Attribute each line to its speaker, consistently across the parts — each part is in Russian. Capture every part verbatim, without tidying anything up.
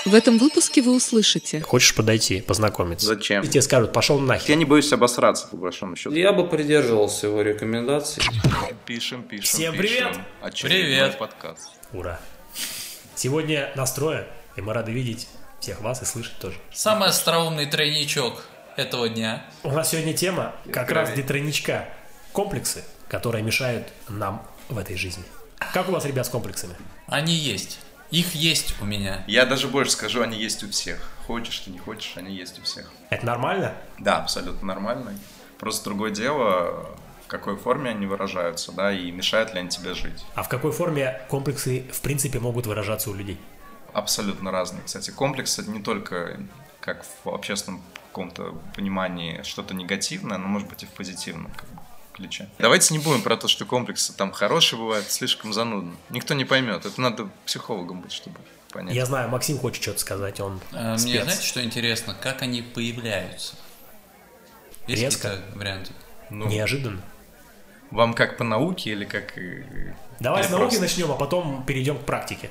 Speaker 1: В этом выпуске вы услышите.
Speaker 2: Хочешь подойти, познакомиться?
Speaker 3: Зачем?
Speaker 2: И тебе скажут, пошел нахер.
Speaker 3: Я не боюсь обосраться, по большому счету.
Speaker 4: Я бы придерживался его рекомендаций.
Speaker 5: Пишем, пишем,
Speaker 2: Всем
Speaker 5: пишем.
Speaker 2: привет!
Speaker 5: Очередной
Speaker 4: Привет!
Speaker 5: подкаст.
Speaker 2: Ура! Сегодня настроен, и мы рады видеть всех вас и слышать тоже.
Speaker 4: Самый остроумный тройничок этого дня.
Speaker 2: У нас сегодня тема как раз для тройничка. Комплексы, которые мешают нам в этой жизни. Как у вас, ребят, с комплексами?
Speaker 4: Они есть. Их есть у меня.
Speaker 3: Я даже больше скажу, они есть у всех. Хочешь ты, не хочешь, они есть у всех.
Speaker 2: Это нормально?
Speaker 3: Да, абсолютно нормально. Просто другое дело, в какой форме они выражаются, да, и мешают ли они тебе жить.
Speaker 2: А в какой форме комплексы, в принципе, могут выражаться у людей?
Speaker 3: Абсолютно разные. Кстати, комплекс — это не только, как в общественном каком-то понимании, что-то негативное, но может быть и в позитивном как бы ключе. Давайте не будем про то, что комплексы там хорошие бывают, слишком занудно. Никто не поймет. Это надо психологом быть, чтобы понять.
Speaker 2: Я знаю, Максим хочет что-то сказать, он
Speaker 4: А, Мне,
Speaker 2: спец.
Speaker 4: знаете, что интересно? Как они появляются? Есть
Speaker 2: Резко?
Speaker 4: какие-то варианты?
Speaker 3: Ну,
Speaker 2: Неожиданно.
Speaker 3: вам как по науке или как... э,
Speaker 2: Давай
Speaker 3: или
Speaker 2: с науки
Speaker 3: просто?
Speaker 2: начнем, а потом перейдем к практике.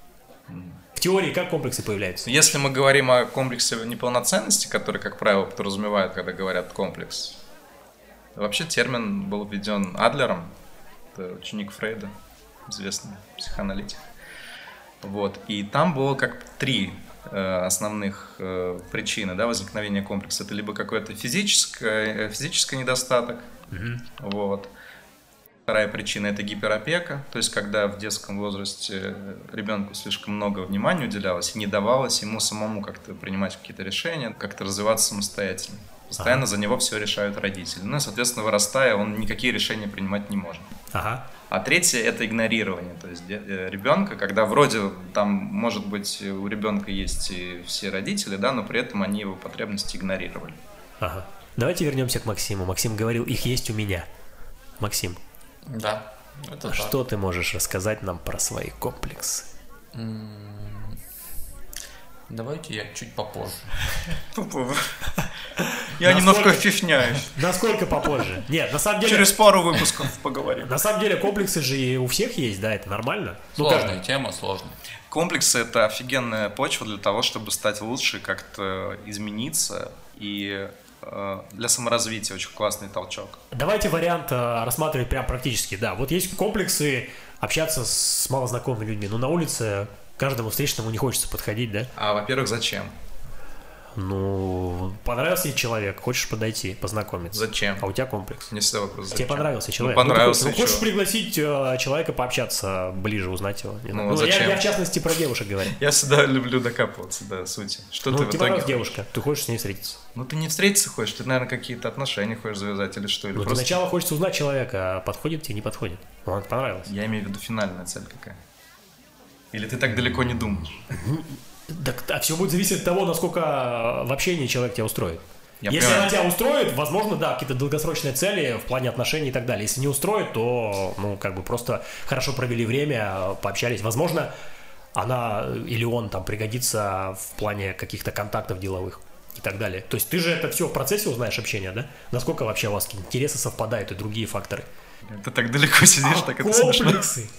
Speaker 2: В теории как комплексы появляются?
Speaker 3: Если мы говорим о комплексе неполноценности, который, как правило, подразумевают, когда говорят комплекс, вообще термин был введен Адлером, это ученик Фрейда, известный психоаналитик. Вот. И там было как три э, основных э, причины, да, возникновения комплекса. Это либо какой-то физический, физический недостаток,
Speaker 2: Мгм.
Speaker 3: вот. Вторая причина — это гиперопека, то есть когда в детском возрасте ребенку слишком много внимания уделялось и не давалось ему самому как-то принимать какие-то решения, как-то развиваться самостоятельно. Постоянно за него все решают родители. Ну и, соответственно, вырастая, он никакие решения принимать не может.
Speaker 2: Ага.
Speaker 3: А третье — это игнорирование, то есть де- э, ребенка, когда вроде там, может быть, у ребенка есть и все родители, да, но при этом они его потребности игнорировали.
Speaker 2: Ага. Давайте вернемся к Максиму. Максим говорил, их есть у меня. Максим,
Speaker 4: Да. Это так.
Speaker 2: что ты можешь рассказать нам про свои комплексы?
Speaker 4: М, Давайте я чуть попозже.
Speaker 3: Я
Speaker 2: Насколько-
Speaker 3: немножко фифняюсь.
Speaker 2: Насколько попозже? Нет, на самом деле...
Speaker 3: Через пару выпусков поговорим.
Speaker 2: На самом деле комплексы же и у всех есть, да, это нормально. Ну,
Speaker 4: Сложная
Speaker 2: как-
Speaker 4: тема, сложная.
Speaker 3: Комплексы — это офигенная почва для того, чтобы стать лучше, как-то измениться, и э, для саморазвития очень классный толчок.
Speaker 2: Давайте вариант э, рассматривать прям практически, да. Вот есть комплексы общаться с малознакомыми людьми, но на улице каждому встречному не хочется подходить, да?
Speaker 3: А, во-первых, зачем?
Speaker 2: Ну, понравился тебе человек, хочешь подойти, познакомиться.
Speaker 3: Зачем?
Speaker 2: А у тебя комплекс.
Speaker 3: Мне всегда вопрос,
Speaker 2: Тебе
Speaker 3: зачем?
Speaker 2: понравился человек.
Speaker 3: Ну, понравился,
Speaker 2: Ну,
Speaker 3: и
Speaker 2: ты хочешь
Speaker 3: чё?
Speaker 2: пригласить э, человека пообщаться ближе, узнать его. Не знаю.
Speaker 3: Ну,
Speaker 2: Ну, я,
Speaker 3: зачем?
Speaker 2: я в частности про девушек говорю.
Speaker 3: Я всегда люблю докапываться до сути. Что
Speaker 2: Ну,
Speaker 3: ты в
Speaker 2: тебе
Speaker 3: итоге
Speaker 2: понравилась
Speaker 3: хочешь?
Speaker 2: девушка, ты хочешь с ней встретиться.
Speaker 3: Ну, ты не встретиться хочешь, ты, наверное, какие-то отношения хочешь завязать или что? Или
Speaker 2: Ну,
Speaker 3: просто...
Speaker 2: сначала хочется узнать человека, а подходит тебе, не подходит. Ну, он понравилось.
Speaker 3: Я имею в виду финальная цель какая. Или ты так далеко не думаешь?
Speaker 2: Так, а все будет зависеть от того, насколько в общении человек тебя устроит.
Speaker 3: Я
Speaker 2: Если
Speaker 3: понимаю.
Speaker 2: она тебя устроит, возможно, да, какие-то долгосрочные цели в плане отношений и так далее. Если не устроит, то, ну, как бы просто хорошо провели время, пообщались. Возможно, она или он там пригодится в плане каких-то контактов деловых и так далее. То есть ты же это все в процессе узнаешь общения, да? Насколько вообще у вас интересы совпадают и другие факторы.
Speaker 3: Ты так далеко сидишь,
Speaker 2: А
Speaker 3: так это смешно.
Speaker 2: комплексы,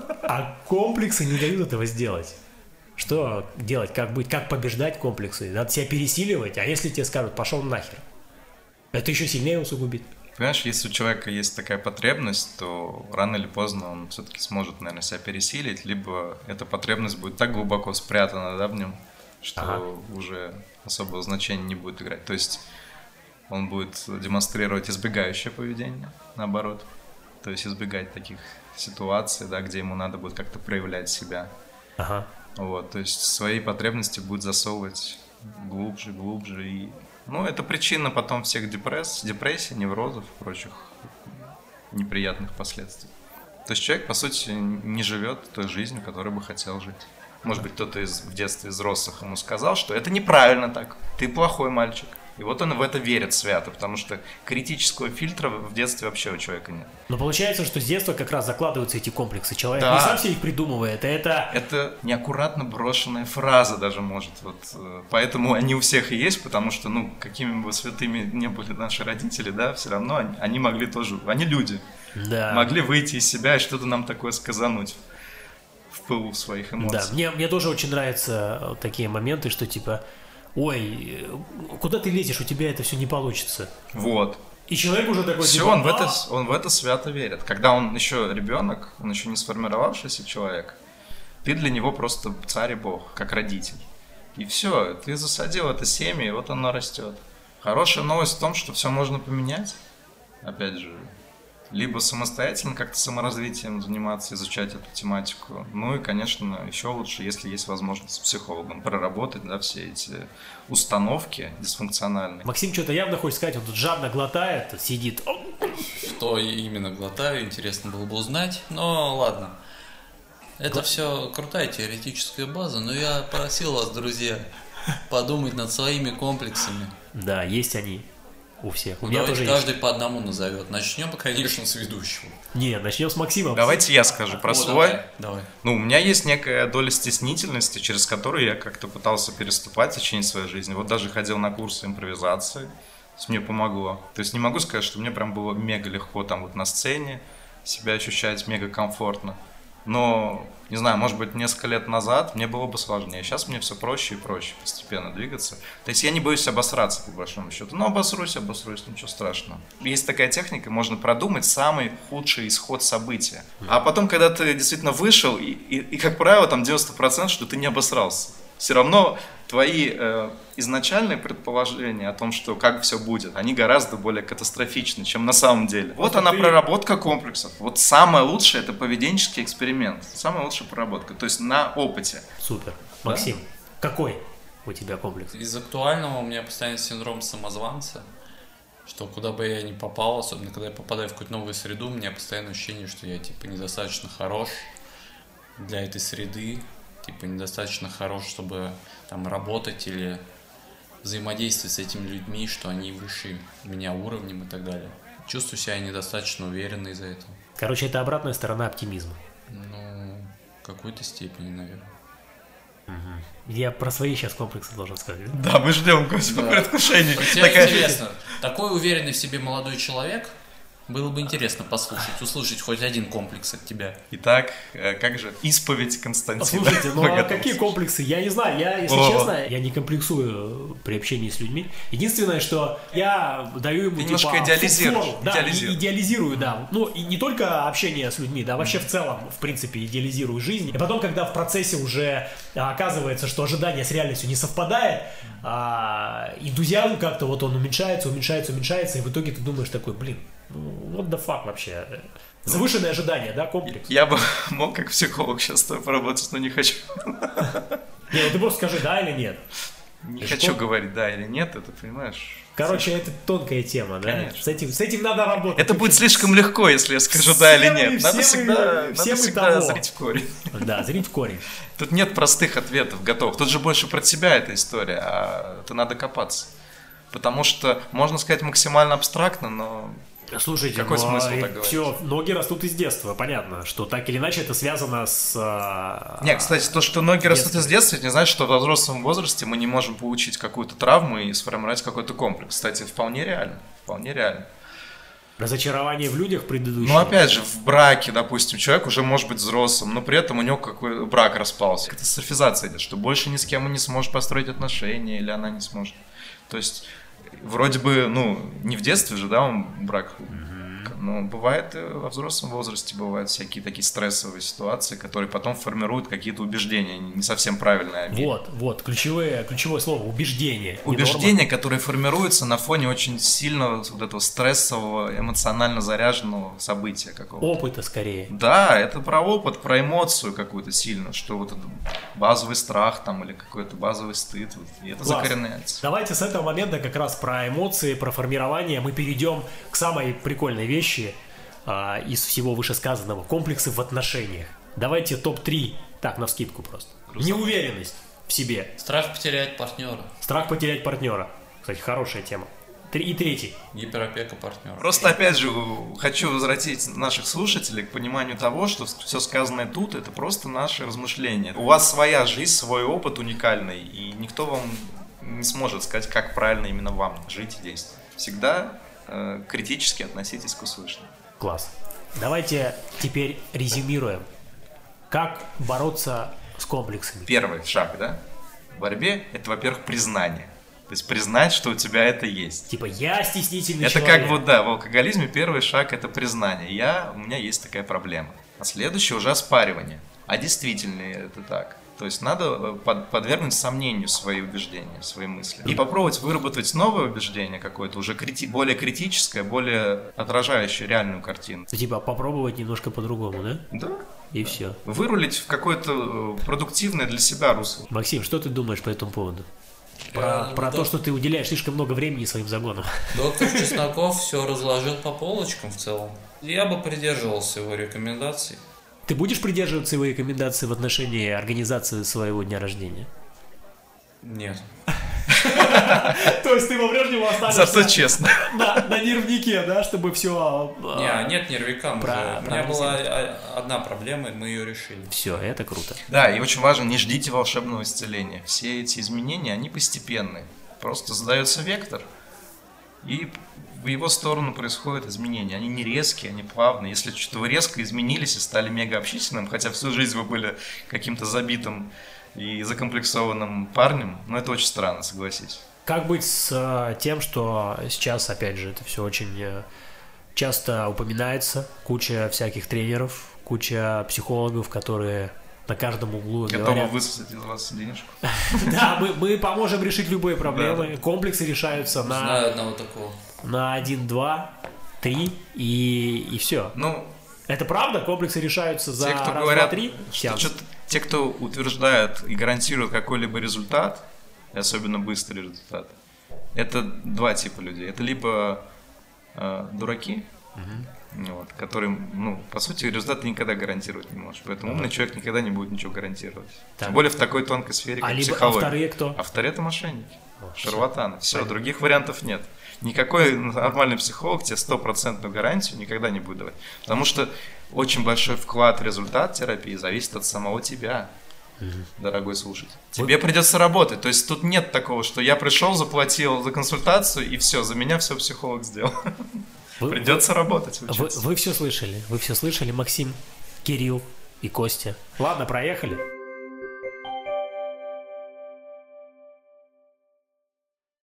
Speaker 2: а комплексы не дают этого сделать. Что делать, как быть, как побеждать комплексы? Надо себя пересиливать, а если тебе скажут, пошел нахер, это еще сильнее усугубит.
Speaker 3: Понимаешь, если у человека есть такая потребность, то рано или поздно он все-таки сможет, наверное, себя пересилить, либо эта потребность будет так глубоко спрятана, да, в нем, что
Speaker 2: Ага.
Speaker 3: уже особого значения не будет играть. То есть он будет демонстрировать избегающее поведение, наоборот. То есть избегать таких ситуаций, да, где ему надо будет как-то проявлять себя.
Speaker 2: Ага.
Speaker 3: Вот, то есть свои потребности будет засовывать глубже, глубже. И... Ну, это причина потом всех депресс, депрессий, неврозов и прочих неприятных последствий. То есть человек, по сути, не живет той жизнью, которой бы хотел жить. Может быть, кто-то из, в детстве из взрослых ему сказал, что это неправильно так, ты плохой мальчик. И вот он в это верит свято, потому что критического фильтра в детстве вообще у человека нет.
Speaker 2: Но получается, что с детства как раз закладываются эти комплексы. Человек
Speaker 3: Да.
Speaker 2: не сам себе их придумывает, а это...
Speaker 3: Это неаккуратно брошенная фраза даже может. Вот, э, поэтому они у всех и есть, потому что, ну, какими бы святыми не были наши родители, да, все равно они, они могли тоже, они люди,
Speaker 2: Да.
Speaker 3: могли выйти из себя и что-то нам такое сказануть. в пылу своих эмоций.
Speaker 2: Да, мне, мне тоже очень нравятся такие моменты, что типа, ой, куда ты лезешь, у тебя это все не получится.
Speaker 3: Вот.
Speaker 2: И человек уже такой,
Speaker 3: Все,
Speaker 2: типа,
Speaker 3: он в,
Speaker 2: «А,
Speaker 3: это, он в это свято верит. Когда он еще ребенок, он еще не сформировавшийся человек, ты для него просто царь и бог, как родитель. И все, ты засадил это семя, и вот оно растет. Хорошая новость в том, что все можно поменять. Опять же, либо самостоятельно как-то саморазвитием заниматься, изучать эту тематику. Ну и, конечно, еще лучше, если есть возможность с психологом проработать, да, все эти установки дисфункциональные.
Speaker 2: Максим что-то явно хочет сказать, он тут жадно глотает, сидит.
Speaker 4: Что именно глотаю, интересно было бы узнать. Но ладно. Это все крутая теоретическая база, но я просил вас, друзья, подумать над своими комплексами.
Speaker 2: Да, есть они у всех. У
Speaker 4: Ну,
Speaker 2: меня
Speaker 4: давайте
Speaker 2: тоже
Speaker 4: каждый по одному назовет. Начнем, конечно, с ведущего.
Speaker 2: есть. Не, начнем с Максима.
Speaker 3: Давайте я скажу про
Speaker 4: О,
Speaker 3: свой.
Speaker 4: давай, давай.
Speaker 3: Ну, у меня есть некая доля стеснительности, через которую я как-то пытался переступать в течение своей жизни. Вот даже ходил на курсы импровизации, то есть мне помогло. То есть не могу сказать, что мне прям было мега легко там вот на сцене себя ощущать мега комфортно. Но, не знаю, может быть, несколько лет назад мне было бы сложнее. Сейчас мне все проще и проще постепенно двигаться. То есть я не боюсь обосраться, по большому счету. Но обосрусь, обосрусь, ничего страшного. Есть такая техника, можно продумать самый худший исход события. А потом, когда ты действительно вышел, и, и, и как правило, там девяносто процентов, что ты не обосрался. Все равно твои э, изначальные предположения о том, что как все будет, они гораздо более катастрофичны, чем на самом деле. Вот она
Speaker 2: ты-
Speaker 3: проработка комплексов. Вот самое лучшее — это поведенческий эксперимент. Самая лучшая проработка. То есть на опыте.
Speaker 2: Супер. Максим, какой у тебя комплекс?
Speaker 4: Из актуального у меня постоянно синдром самозванца, что куда бы я ни попал, особенно когда я попадаю в какую-то новую среду, у меня постоянное ощущение, что я типа недостаточно хорош для этой среды, типа недостаточно хорош, чтобы там работать или взаимодействовать с этими людьми, что они выше меня уровнем и так далее. Чувствую себя недостаточно уверенно из-за этого.
Speaker 2: Короче, это обратная сторона оптимизма.
Speaker 4: Ну, в какой-то степени, наверное.
Speaker 2: Я про свои сейчас комплексы должен сказать.
Speaker 3: Да, мы ждем Костю
Speaker 4: Да.
Speaker 3: предвкушение.
Speaker 4: Хотя
Speaker 3: Такая-
Speaker 4: интересно, такой уверенный в себе молодой человек, было бы интересно послушать, услышать хоть один комплекс от тебя.
Speaker 3: Итак, э, как же исповедь Константина?
Speaker 2: Слушайте, ну а
Speaker 3: Поготовься.
Speaker 2: какие комплексы? Я не знаю, я, если
Speaker 3: О.
Speaker 2: честно, я не комплексую при общении с людьми. Единственное, что я даю ему
Speaker 3: Ты
Speaker 2: типа,
Speaker 3: немножко идеализируешь,
Speaker 2: фору. Да,
Speaker 3: идеализируешь.
Speaker 2: и- идеализирую, да. Ну, и не только общение с людьми, да, вообще в целом, в принципе, идеализирую жизнь. И потом, когда в процессе уже а, оказывается, что ожидание с реальностью не совпадает, а, энтузиазм как-то вот он уменьшается, уменьшается, уменьшается, и в итоге ты думаешь такой, блин, ну, what the fuck вообще? Завышенное ожидание, да, комплекс?
Speaker 3: Я бы мог как психолог сейчас с тобой поработать, но не хочу.
Speaker 2: Не, ну ты просто скажи, да или нет.
Speaker 3: Не
Speaker 2: И
Speaker 3: хочу
Speaker 2: что?
Speaker 3: говорить да или нет, это, понимаешь?
Speaker 2: Короче, это тонкая тема, да?
Speaker 3: Конечно.
Speaker 2: С этим, с этим надо работать.
Speaker 3: Это будет
Speaker 2: Очень-
Speaker 3: слишком легко, если я скажу да или
Speaker 2: Все мы-
Speaker 3: нет. Надо
Speaker 2: все мы-
Speaker 3: всегда,
Speaker 2: все
Speaker 3: надо
Speaker 2: мы
Speaker 3: всегда
Speaker 2: того.
Speaker 3: зрить в корень.
Speaker 2: Да, зрить в корень.
Speaker 3: Тут нет простых ответов, готов. Тут же больше про тебя эта история, а это надо копаться. Потому что можно сказать максимально абстрактно, но
Speaker 2: Слушайте,
Speaker 3: Какой
Speaker 2: ну,
Speaker 3: смысл так говорить?
Speaker 2: все, ноги растут из детства, понятно, что так или иначе это связано с... а,
Speaker 3: Не, кстати, то, что ноги растут из детства, это не значит, что во взрослом возрасте мы не можем получить какую-то травму и сформировать какой-то комплекс. Кстати, вполне реально. Вполне реально.
Speaker 2: разочарование в людях предыдущих.
Speaker 3: Ну, опять же, в браке, допустим, человек уже может быть взрослым, но при этом у него какой брак распался. Катастрофизация идет, что больше ни с кем он не сможет построить отношения, или она не сможет. То есть, вроде бы, ну, не в детстве же, да, он брак. Но бывает и во взрослом возрасте, бывают всякие такие стрессовые ситуации, которые потом формируют какие-то убеждения, не совсем правильные. о мире.
Speaker 2: Вот, вот, ключевое, ключевое слово, убеждение. не
Speaker 3: Убеждения, которые формируются на фоне очень сильного вот этого стрессового, эмоционально заряженного события
Speaker 2: норма.
Speaker 3: какого-то.
Speaker 2: Опыта скорее.
Speaker 3: Да, это про опыт, про эмоцию какую-то сильную, что вот этот базовый страх там или какой-то базовый стыд, вот, и это
Speaker 2: Класс.
Speaker 3: закореняется.
Speaker 2: Давайте с этого момента как раз про эмоции, про формирование мы перейдем к самой прикольной вещи а, из всего вышесказанного. Комплексы в отношениях. Давайте топ три, так, навскидку просто. Неуверенность в себе.
Speaker 4: Страх потерять партнера,
Speaker 2: Страх потерять партнера. Кстати, хорошая тема. Три- И третий.
Speaker 4: гиперопека партнера.
Speaker 3: Просто опять же хочу возвратить наших слушателей к пониманию того, что все сказанное тут это просто наши размышления. У вас своя жизнь, свой опыт уникальный, и никто вам не сможет сказать, как правильно именно вам жить и действовать. Всегда э, критически относитесь к услышанному.
Speaker 2: Класс. Давайте теперь резюмируем Как бороться с комплексами?
Speaker 3: Первый шаг, да, в борьбе – это, во-первых, признание. То есть признать, что у тебя это есть.
Speaker 2: Типа я стеснительный
Speaker 3: Это
Speaker 2: человек.
Speaker 3: как вот, да, в алкоголизме первый шаг – это признание. Я, у меня есть такая проблема. А следующее уже оспаривание. А действительно ли это так? То есть надо под, подвергнуть сомнению свои убеждения, свои мысли. И попробовать выработать новое убеждение какое-то, уже крити- более критическое, более отражающее реальную картину.
Speaker 2: Типа попробовать немножко по-другому, да?
Speaker 3: Да.
Speaker 2: И все.
Speaker 3: Вырулить в какое-то продуктивное для себя русло.
Speaker 2: Максим, что ты думаешь по этому поводу? Про,
Speaker 4: Я,
Speaker 2: про
Speaker 4: ну,
Speaker 2: то, что ты уделяешь слишком много времени своим загонам.
Speaker 4: Доктор Чесноков все разложил по полочкам в целом. Я бы придерживался его рекомендаций.
Speaker 2: Ты будешь придерживаться его рекомендаций в отношении организации своего дня рождения?
Speaker 4: Нет.
Speaker 2: То есть ты по-прежнему
Speaker 3: Зато
Speaker 2: останешься
Speaker 3: честно.
Speaker 2: на нервнике, да, чтобы все...
Speaker 4: Не, нет нервика. мы
Speaker 2: Про-
Speaker 4: же- У меня
Speaker 2: про-
Speaker 4: была а, одна проблема, и мы ее решили.
Speaker 2: Все, это круто.
Speaker 3: Да, и очень важно, не ждите волшебного исцеления. Все эти изменения, они постепенные. Просто задается вектор, и в его сторону происходят изменения. Они не резкие, они плавные. Если что-то вы резко изменились и стали мега общительным, хотя всю жизнь вы были каким-то забитым и закомплексованным парнем, ну это очень странно, согласись.
Speaker 2: Как быть с э, тем, что сейчас, опять же, это все очень э, часто упоминается, куча всяких тренеров, куча психологов, которые на каждом углу
Speaker 3: Готовы
Speaker 2: говорят...
Speaker 3: высосать из вас денежку.
Speaker 2: Да, мы, мы поможем решить любые проблемы.
Speaker 3: Да.
Speaker 2: Комплексы решаются на,
Speaker 4: Знаю одного такого.
Speaker 2: на один, два, три и, и все.
Speaker 3: Ну,
Speaker 2: Это правда? Комплексы решаются за
Speaker 3: те, кто
Speaker 2: раз,
Speaker 3: говорят,
Speaker 2: два, три?
Speaker 3: что
Speaker 2: Сеанс.
Speaker 3: что-то- те, кто утверждает и гарантирует какой-либо результат, и особенно быстрый результат, это два типа людей. Это либо э, дураки, вот, которые, ну, по сути, результат ты никогда гарантировать не можешь. Поэтому умный человек никогда не будет ничего гарантировать.
Speaker 2: Так.
Speaker 3: Тем более в такой тонкой сфере, как
Speaker 2: А либо, а
Speaker 3: психология.
Speaker 2: вторые кто?
Speaker 3: А вторые это мошенники,
Speaker 2: О,
Speaker 3: шарлатаны. Все,
Speaker 2: Понятно.
Speaker 3: других вариантов нет. Никакой нормальный психолог тебе стопроцентную гарантию никогда не будет давать. Потому что очень большой вклад в результат терапии зависит от самого тебя, дорогой слушатель. Тебе придется работать. То есть тут нет такого, что я пришел, заплатил за консультацию, и все, за меня все психолог сделал.
Speaker 2: Вы-
Speaker 3: Придется работать,
Speaker 2: Вы,
Speaker 3: учиться.
Speaker 2: вы все слышали, вы все слышали, Максим, Кирилл и Костя. Ладно, проехали.